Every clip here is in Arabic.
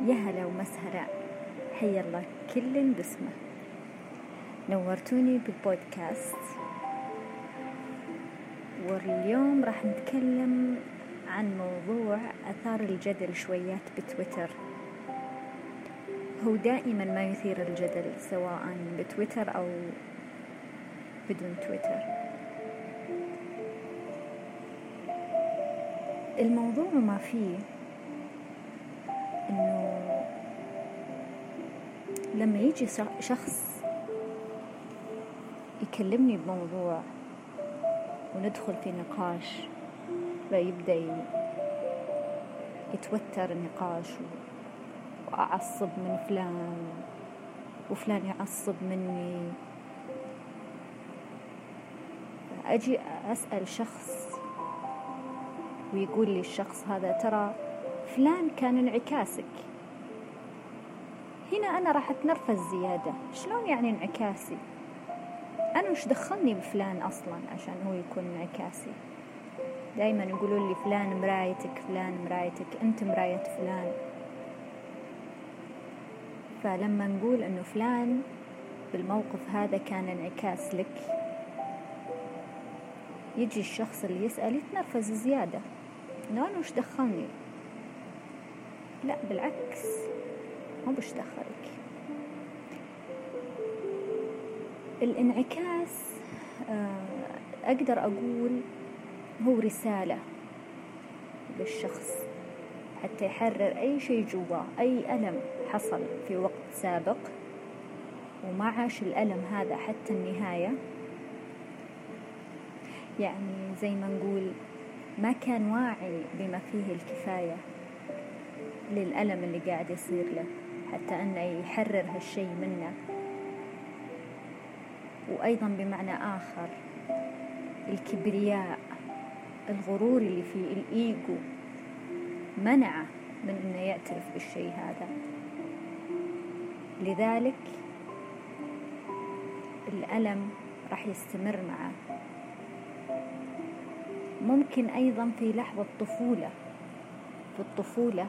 يا هلا ومسهلا، حيا الله كل باسمه. نورتوني بالبودكاست، واليوم راح نتكلم عن موضوع أثار الجدل شويات بتويتر. هو دائما ما يثير الجدل سواء بتويتر أو بدون تويتر. الموضوع ما فيه إنه لما يجي شخص يكلمني بموضوع وندخل في نقاش ويبدأ يتوتر النقاش وأعصب من فلان وفلان يعصب مني، أجي أسأل شخص ويقول لي الشخص هذا ترى فلان كان انعكاسك. هنا أنا راح أتنرفز زيادة. شلون يعني انعكاسي؟ أنا مش دخلني بفلان أصلا عشان هو يكون انعكاسي. دايما يقولوا لي فلان مرايتك، فلان مرايتك، أنت مراية فلان. فلما نقول أنه فلان بالموقف هذا كان انعكاس لك، يجي الشخص اللي يسأل يتنرفز زيادة إنه أنا مش دخلني. لا بالعكس، ما بش دخلك. الانعكاس أقدر أقول هو رسالة للشخص حتى يحرر أي شيء جواه، أي ألم حصل في وقت سابق وما عاش الألم هذا حتى النهاية. يعني زي ما نقول ما كان واعي بما فيه الكفاية للألم اللي قاعد يصير له حتى أنه يحرر هالشيء منه. وأيضا بمعنى آخر الكبرياء، الغرور اللي فيه، الإيجو، منعه من أنه يعترف بالشيء هذا. لذلك الألم راح يستمر معه. ممكن أيضا في لحظة طفولة، في الطفولة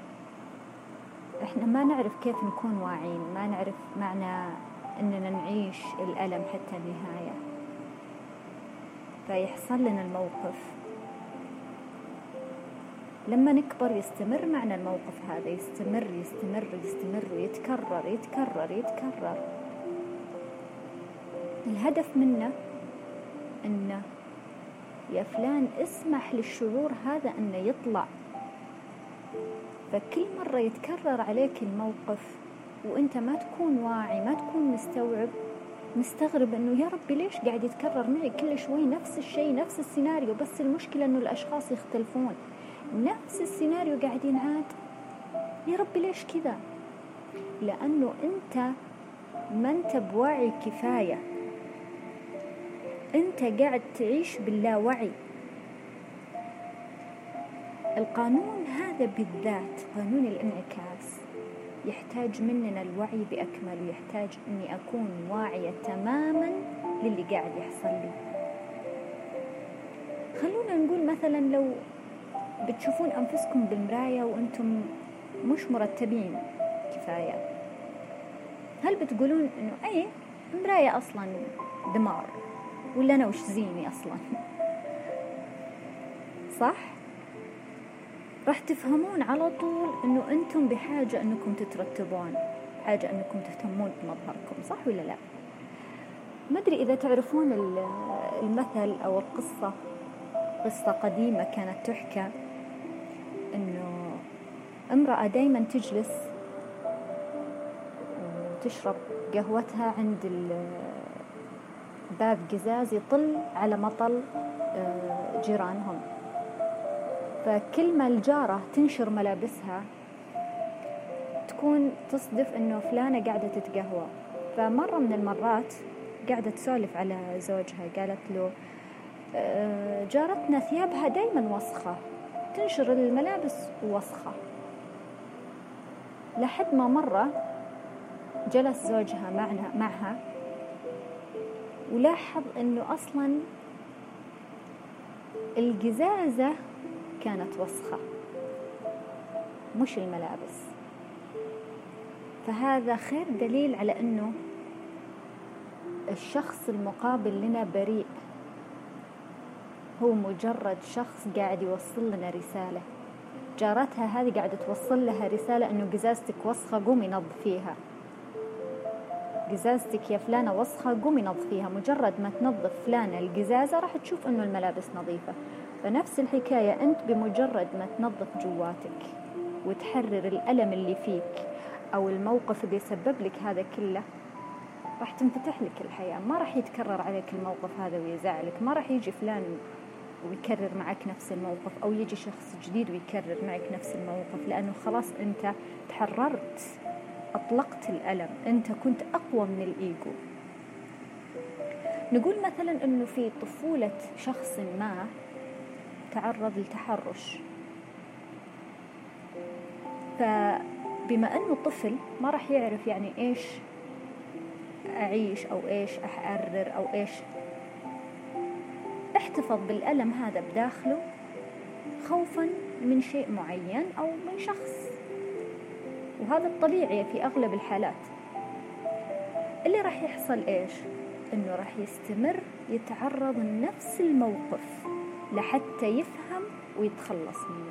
إحنا ما نعرف كيف نكون واعين، ما نعرف معنى أننا نعيش الألم حتى النهاية، فيحصل لنا الموقف. لما نكبر يستمر معنا الموقف هذا، يستمر يستمر يستمر ويتكرر يتكرر يتكرر. الهدف منه أنه يا فلان اسمح للشعور هذا أنه يطلع. فكل مرة يتكرر عليك الموقف وانت ما تكون واعي، ما تكون مستغرب انه يا ربي ليش قاعد يتكرر معي كل شوي نفس الشيء، نفس السيناريو، بس المشكلة انه الاشخاص يختلفون، نفس السيناريو قاعد ينعاد. يا ربي ليش كذا؟ لانه انت ما انت بوعي كفاية، انت قاعد تعيش باللاوعي. القانون هذا بالذات، قانون الانعكاس، يحتاج مننا الوعي بأكمله، يحتاج أني أكون واعية تماما للي قاعد يحصل لي. خلونا نقول مثلا لو بتشوفون أنفسكم بالمراية وأنتم مش مرتبين كفاية، هل بتقولون أنه أي المراية أصلا دمار، ولا أنا وش زيني أصلا؟ صح؟ راح تفهمون على طول أنه أنتم بحاجة أنكم تترتبون، حاجة أنكم تهتمون بمظهركم، صح ولا لا؟ ما أدري إذا تعرفون المثل أو القصة، قصة قديمة كانت تحكى أنه امرأة دايما تجلس وتشرب قهوتها عند باب قزاز يطل على مطل جيرانهم. فكل ما الجارة تنشر ملابسها تكون تصدف أنه فلانة قاعدة تتقهوى. فمرة من المرات قاعدة تسولف على زوجها، قالت له جارتنا ثيابها دايما وسخة، تنشر الملابس وسخة. لحد ما مرة جلس زوجها معها ولاحظ أنه أصلا القزازة كانت وسخة مش الملابس. فهذا خير دليل على أنه الشخص المقابل لنا بريء، هو مجرد شخص قاعد يوصل لنا رسالة. جارتها هذه قاعدة توصل لها رسالة أنه قزازتك وسخة قومي نظفيها، قزازتك يا فلانة وسخة قومي نظفيها. مجرد ما تنظف فلانة القزازة راح تشوف أنه الملابس نظيفة. فنفس الحكاية، أنت بمجرد ما تنظف جواتك وتحرر الألم اللي فيك أو الموقف اللي سبب لك هذا كله، راح تنفتح لك الحياة. ما راح يتكرر عليك الموقف هذا ويزعلك. ما راح يجي فلان ويكرر معك نفس الموقف، أو يجي شخص جديد ويكرر معك نفس الموقف، لأنه خلاص أنت تحررت، أطلقت الألم، أنت كنت أقوى من الإيجو. نقول مثلا أنه في طفولة شخص ما تعرض لتحرش، فبما أنه طفل ما راح يعرف يعني إيش أعيش أو إيش أحرر أو إيش، احتفظ بالألم هذا بداخله خوفا من شيء معين أو من شخص، وهذا الطبيعي في أغلب الحالات. اللي راح يحصل إيش؟ إنه راح يستمر يتعرض لنفس الموقف لحتى يفهم ويتخلص منه.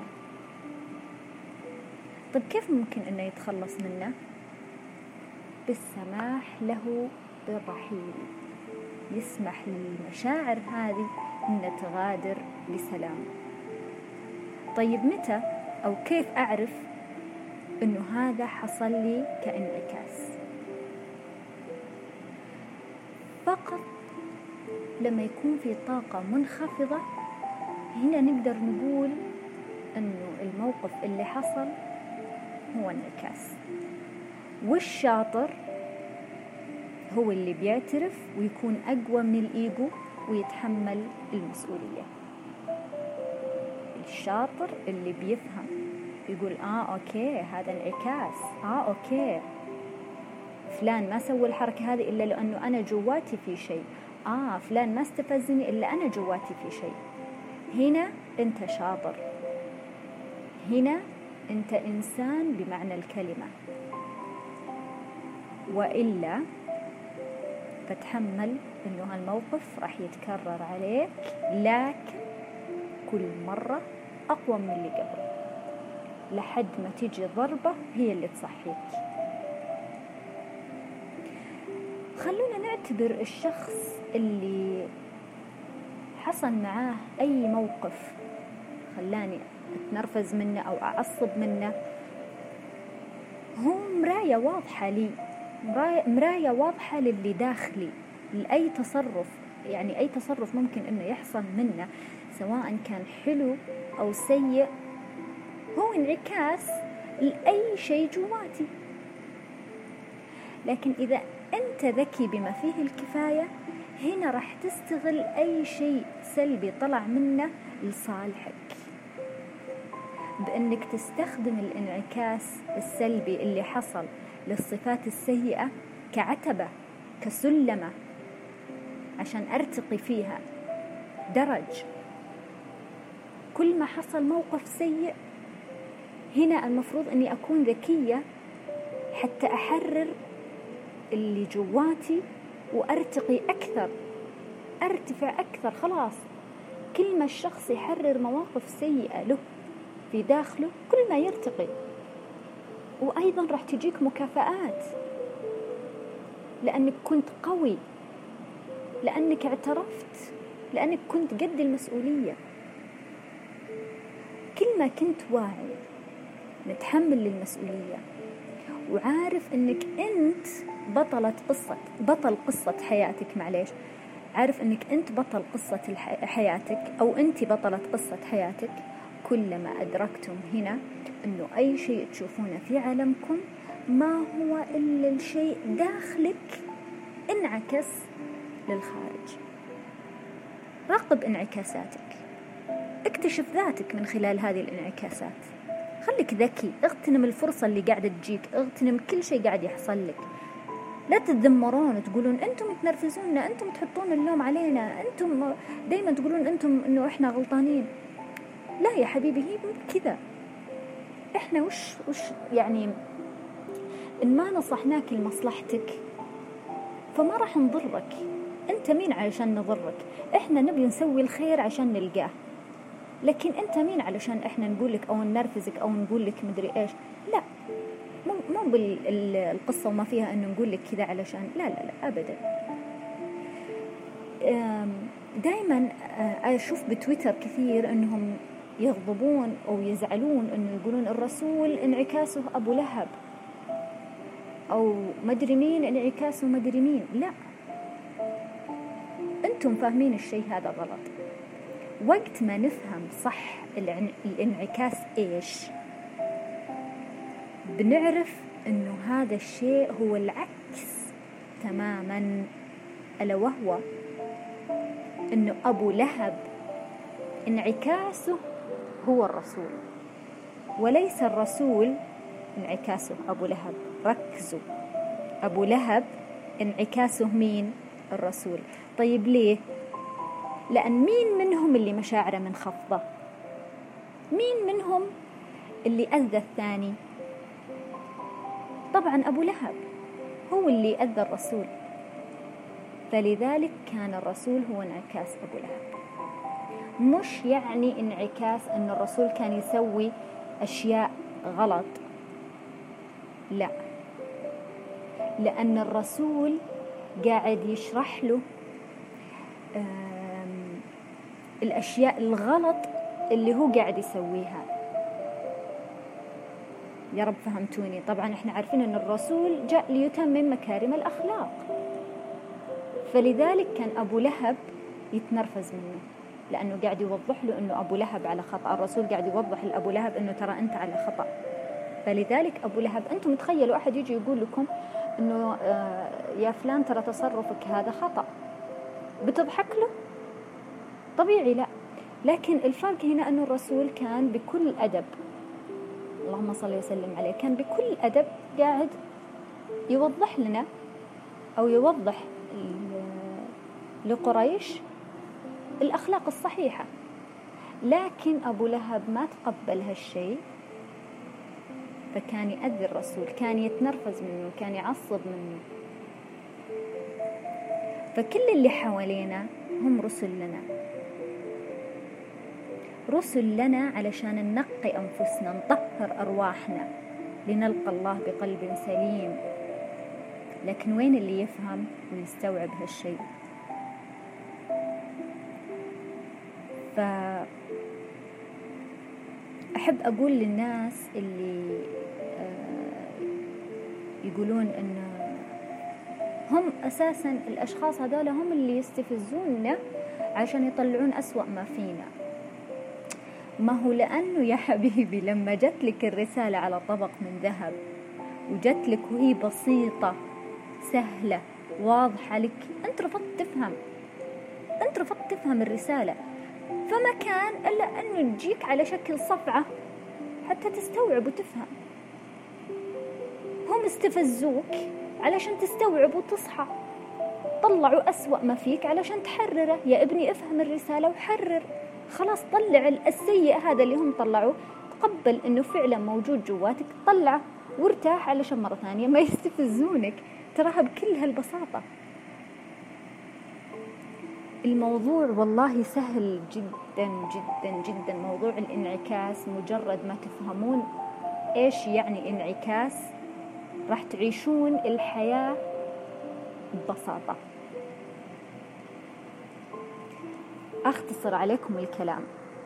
طيب كيف ممكن إنه يتخلص منه؟ بالسماح له بالرحيل، يسمح للمشاعر هذه إن تغادر بسلام. طيب متى أو كيف أعرف إنه هذا حصل لي كانعكاس؟ فقط لما يكون في طاقة منخفضة، هنا نقدر نقول إنه الموقف اللي حصل هو انعكاس. والشاطر هو اللي بيعترف ويكون أقوى من الإيجو ويتحمل المسؤولية. الشاطر اللي بيفهم يقول أوكي هذا انعكاس، أوكي فلان ما سوى الحركة هذه إلا لأنه أنا جواتي في شيء، فلان ما استفزني إلا أنا جواتي في شيء. هنا أنت شاطر، هنا أنت إنسان بمعنى الكلمة. وإلا فتحمل إنه هالموقف راح يتكرر عليك، لكن كل مرة أقوى من اللي قبل، لحد ما تيجي ضربة هي اللي تصحيك. خلونا نعتبر الشخص اللي حصل معاه أي موقف خلاني أتنرفز منه أو أعصب منه هو مراية واضحة لي، مراية واضحة للي داخلي، لأي تصرف، يعني أي تصرف ممكن إنه يحصل منه سواء كان حلو أو سيء، هو انعكاس لأي شيء جواتي. لكن إذا أنت ذكي بما فيه الكفاية، هنا راح تستغل أي شيء سلبي طلع منه لصالحك، بأنك تستخدم الانعكاس السلبي اللي حصل للصفات السيئة كعتبة، كسلمة، عشان أرتقي فيها درج. كل ما حصل موقف سيء هنا المفروض أني أكون ذكية حتى أحرر اللي جواتي وأرتقي أكثر، أرتفع أكثر. خلاص كل ما الشخص يحرر مواقف سيئة له في داخله كل ما يرتقي. وأيضا راح تجيك مكافآت لأنك كنت قوي، لأنك اعترفت، لأنك كنت قد المسؤولية. كل ما كنت واعي متحمل للمسؤولية وعارف أنك أنت بطل قصة حياتك، عارف أنك أنت بطل قصة حياتك أو أنت بطلة قصة حياتك، كلما أدركتم هنا أنه أي شيء تشوفونه في عالمكم ما هو إلا الشيء داخلك انعكس للخارج. راقب انعكاساتك، اكتشف ذاتك من خلال هذه الانعكاسات. خليك ذكي، اغتنم الفرصة اللي قاعدة تجيك، اغتنم كل شيء قاعد يحصل لك. لا تتذمرون وتقولون أنتم تنرفزوننا، أنتم تحطون اللوم علينا، أنتم دايما تقولون أنتم إنه إحنا غلطانين. لا يا حبيبي، هي مو كذا. إحنا وش يعني إن ما نصحناك لمصلحتك فما راح نضرك. أنت مين علشان نضرك؟ إحنا نبي نسوي الخير عشان نلقاه، لكن أنت مين علشان إحنا نقولك أو ننرفزك أو نقولك مدري إيش؟ لا، مو بالقصة وما فيها أنه نقولك كذا علشان لا لا لا أبدا. دايما أشوف بتويتر كثير أنهم يغضبون أو يزعلون أنه يقولون الرسول انعكاسه أبو لهب، أو مدري مين انعكاسه مدري مين. لا، أنتم فاهمين الشيء هذا غلط. وقت ما نفهم صح الانعكاس إيش، بنعرف أنه هذا الشيء هو العكس تماما، ألا وهو أنه أبو لهب انعكاسه هو الرسول، وليس الرسول انعكاسه أبو لهب. ركزوا، أبو لهب انعكاسه مين؟ الرسول. طيب ليه؟ لأن مين منهم اللي مشاعره منخفضة؟ مين منهم اللي أذى الثاني؟ طبعا أبو لهب هو اللي أذى الرسول، فلذلك كان الرسول هو انعكاس أبو لهب. مش يعني انعكاس أن الرسول كان يسوي أشياء غلط، لا، لأن الرسول قاعد يشرح له الأشياء الغلط اللي هو قاعد يسويها. يا رب فهمتوني؟ طبعا احنا عارفين أن الرسول جاء ليتمم مكارم الأخلاق، فلذلك كان أبو لهب يتنرفز منه، لأنه قاعد يوضح له أنه أبو لهب على خطأ. الرسول قاعد يوضح لأبو لهب أنه ترى أنت على خطأ. فلذلك أبو لهب، أنتم تخيلوا أحد يجي يقول لكم أنه يا فلان ترى تصرفك هذا خطأ، بتضحك له؟ طبيعي لا. لكن الفرق هنا أنه الرسول كان بكل أدب، اللهم صل وسلم عليه، كان بكل أدب قاعد يوضح لنا أو يوضح لقريش الأخلاق الصحيحة. لكن أبو لهب ما تقبل هالشيء، فكان يأذي الرسول، كان يتنرفز منه، كان يعصب منه. فكل اللي حوالينا هم رسل لنا، رسل لنا علشان ننقي أنفسنا، نطهر أرواحنا لنلقى الله بقلب سليم. لكن وين اللي يفهم ويستوعب هالشيء؟ فأحب أقول للناس اللي يقولون أن هم أساساً الأشخاص هذول هم اللي يستفزوننا عشان يطلعون أسوأ ما فينا. ما هو لأنه يا حبيبي لما جت لك الرسالة على طبق من ذهب وجت لك وهي بسيطة سهلة واضحة لك، أنت رفضت تفهم الرسالة، فما كان إلا أنه تجيك على شكل صفعة حتى تستوعب وتفهم. هم استفزوك علشان تستوعب وتصحى، طلعوا أسوأ ما فيك علشان تحرره. يا ابني افهم الرسالة وحرر، خلاص طلع السيء هذا اللي هم طلعوه، تقبل أنه فعلا موجود جواتك، طلعه وارتاح علشان مرة ثانية ما يستفزونك. تراها بكل هالبساطة. الموضوع والله سهل جدا جدا جدا، موضوع الانعكاس. مجرد ما تفهمون إيش يعني انعكاس راح تعيشون الحياة ببساطة. أختصر عليكم الكلام،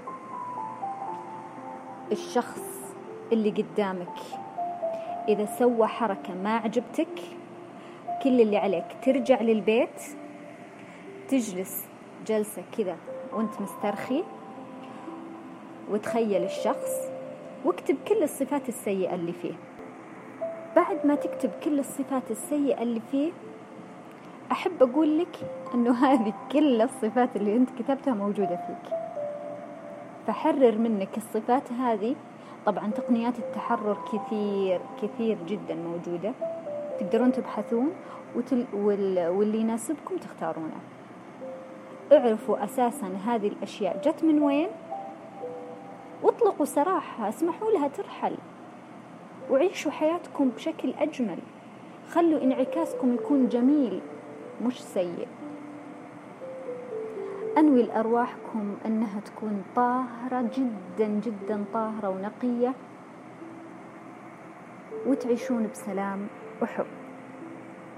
الشخص اللي قدامك إذا سوى حركة ما عجبتك، كل اللي عليك ترجع للبيت، تجلس جلسة كذا وانت مسترخي، وتخيل الشخص واكتب كل الصفات السيئة اللي فيه. بعد ما تكتب كل الصفات السيئة اللي فيه، أحب أقول لك أنه هذه كل الصفات اللي أنت كتبتها موجودة فيك، فحرر منك الصفات هذه. طبعا تقنيات التحرر كثير كثير جدا موجودة، تقدرون تبحثون واللي يناسبكم تختارونه. اعرفوا أساسا هذه الأشياء جت من وين، واطلقوا سراحها، اسمحوا لها ترحل. وعيشوا حياتكم بشكل أجمل. خلوا انعكاسكم يكون جميل مش سيء. أنوي لأرواحكم أنها تكون طاهرة جدا جدا، طاهرة ونقية، وتعيشون بسلام وحب.